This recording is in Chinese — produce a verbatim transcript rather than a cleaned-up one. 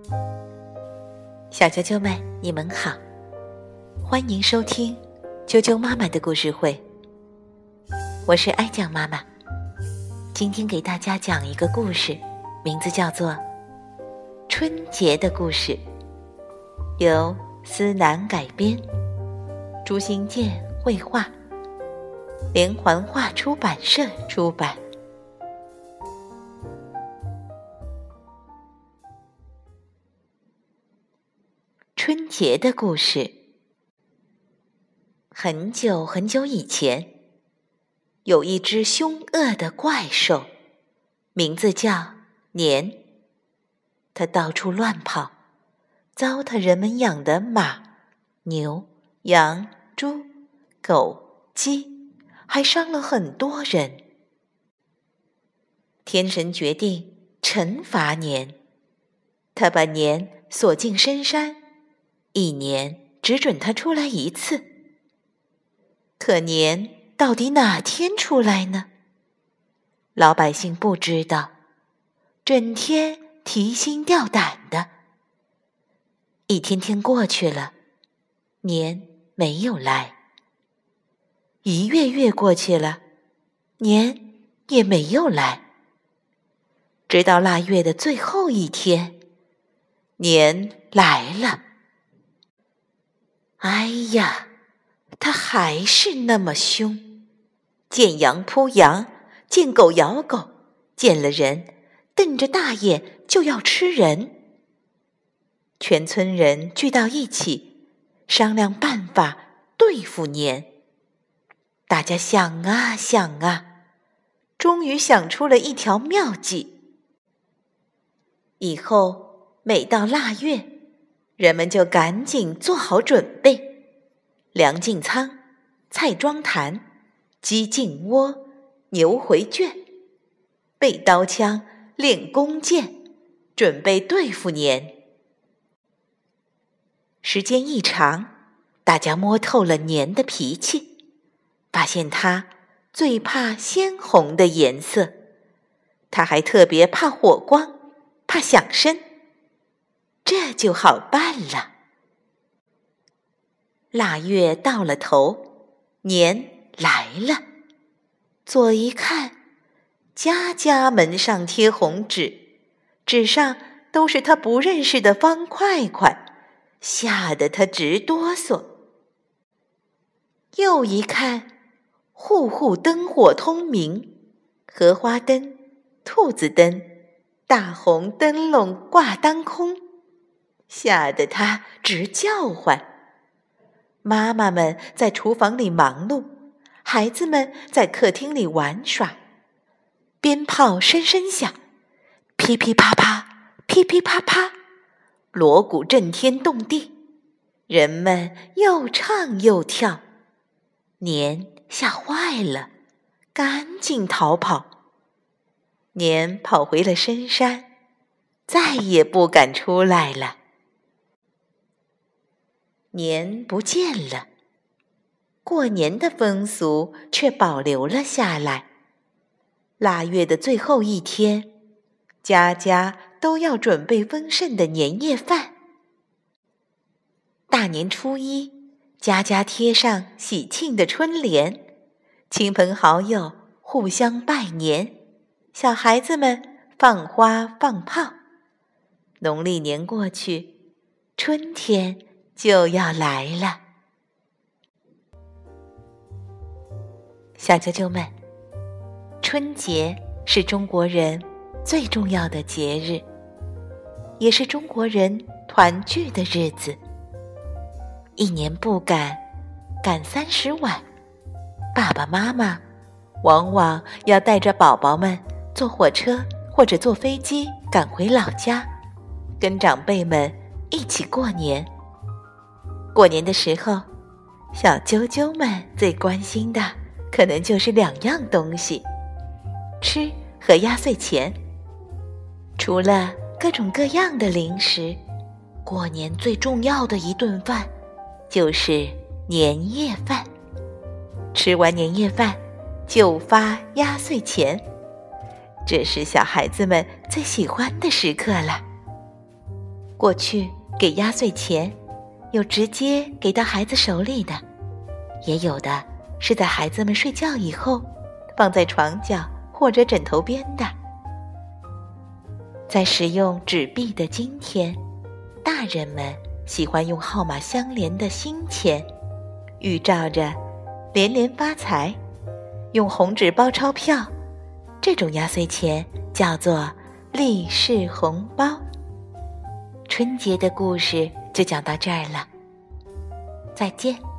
小啾啾们，你们好，欢迎收听啾啾妈妈的故事会。我是爱酱妈妈，今天给大家讲一个故事，名字叫做《春节的故事》，由思南改编，朱新建绘画，连环画出版社出版。春节的故事。很久很久以前，有一只凶恶的怪兽，名字叫年。它到处乱跑，糟蹋人们养的马、牛、羊、猪、狗、鸡，还伤了很多人。天神决定惩罚年，他把年锁进深山，一年只准他出来一次。可年到底哪天出来呢？老百姓不知道，整天提心吊胆的。一天天过去了，年没有来。一月月过去了，年也没有来。直到腊月的最后一天，年来了。哎呀，他还是那么凶，见羊扑羊，见狗咬狗，见了人瞪着大眼就要吃人。全村人聚到一起，商量办法对付年。大家想啊想啊，终于想出了一条妙计。以后每到腊月，人们就赶紧做好准备，粮进仓，菜装坛，鸡进窝，牛回圈，备刀枪，练弓箭，准备对付年。时间一长，大家摸透了年的脾气，发现他最怕鲜红的颜色，他还特别怕火光，怕响声，这就好办了。腊月到了头，年来了。左一看，家家门上贴红纸，纸上都是他不认识的方块块，吓得他直哆嗦。又一看，户户灯火通明，荷花灯、兔子灯、大红灯笼挂当空，吓得他直叫唤。妈妈们在厨房里忙碌，孩子们在客厅里玩耍，鞭炮声声响，噼噼啪啪，噼噼啪啪，锣鼓震天动地，人们又唱又跳。年吓坏了，赶紧逃跑。年跑回了深山，再也不敢出来了。年不见了，过年的风俗却保留了下来。腊月的最后一天，家家都要准备丰盛的年夜饭。大年初一，家家贴上喜庆的春联，亲朋好友互相拜年，小孩子们放花放炮。农历年过去，春天就要来了。小啾啾们，春节是中国人最重要的节日，也是中国人团聚的日子。一年不赶，赶三十晚，爸爸妈妈往往要带着宝宝们坐火车或者坐飞机赶回老家，跟长辈们一起过年。过年的时候，小啾啾们最关心的可能就是两样东西，吃和压岁钱。除了各种各样的零食，过年最重要的一顿饭就是年夜饭。吃完年夜饭就发压岁钱，这是小孩子们最喜欢的时刻了。 过去给压岁钱，有直接给到孩子手里的，也有的是在孩子们睡觉以后，放在床角或者枕头边的。在使用纸币的今天，大人们喜欢用号码相连的新钱，预兆着连连发财。用红纸包钞票，这种压岁钱叫做利是红包。春节的故事就讲到这儿了，再见。